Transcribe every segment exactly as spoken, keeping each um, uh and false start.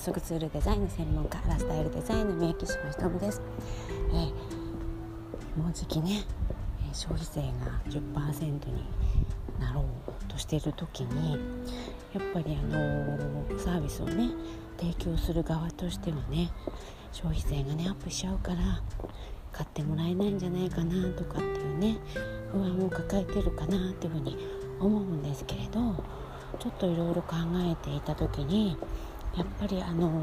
速ツールデザインの専門家、ラスタイルデザインの宮城島ひとみです。えー、もうじきね、消費税が じゅっパーセント になろうとしている時に、やっぱりあのサービスをね提供する側としてはね、消費税がねアップしちゃうから買ってもらえないんじゃないかなとかっていうね不安を抱えてるかなっていうふうに思うんですけれど、ちょっといろいろ考えていた時に、やっぱりあのー、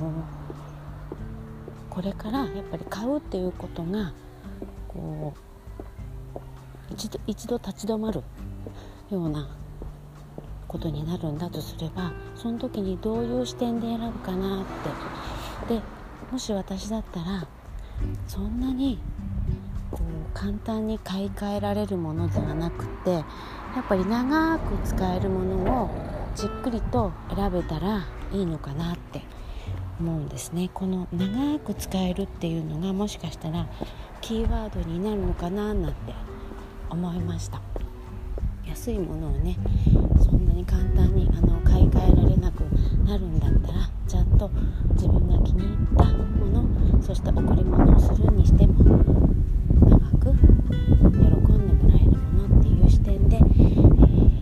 これからやっぱり買うっていうことがこう一度一度立ち止まるようなことになるんだとすれば、その時にどういう視点で選ぶかなって。でもし私だったらそんなにこう簡単に買い替えられるものではなくて、やっぱり長く使えるものをじっくりと選べたらいいのかなって思うんですね。この長く使えるっていうのがもしかしたらキーワードになるのかななんて思いました。安いものをねそんなに簡単にあの買い替えられなくなるんだったら、ちゃんと自分が気に入ったもの、そして贈り物をするにしても長く喜んでもらえるものっていう視点で、えー、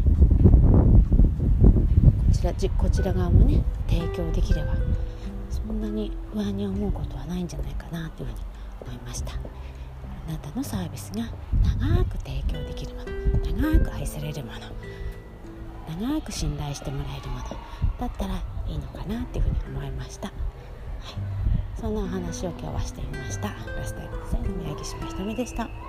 こちらじこちら側もね提供できれば、そんなに不安に思うことはないんじゃないかなというふうに思いました。あなたのサービスが長く提供できるもの、長く愛されるもの、長く信頼してもらえるものだったらいいのかなというふうに思いました。はい、そんなお話を今日はしてみました。ラスタイルデザインの宮城島ひとみでした。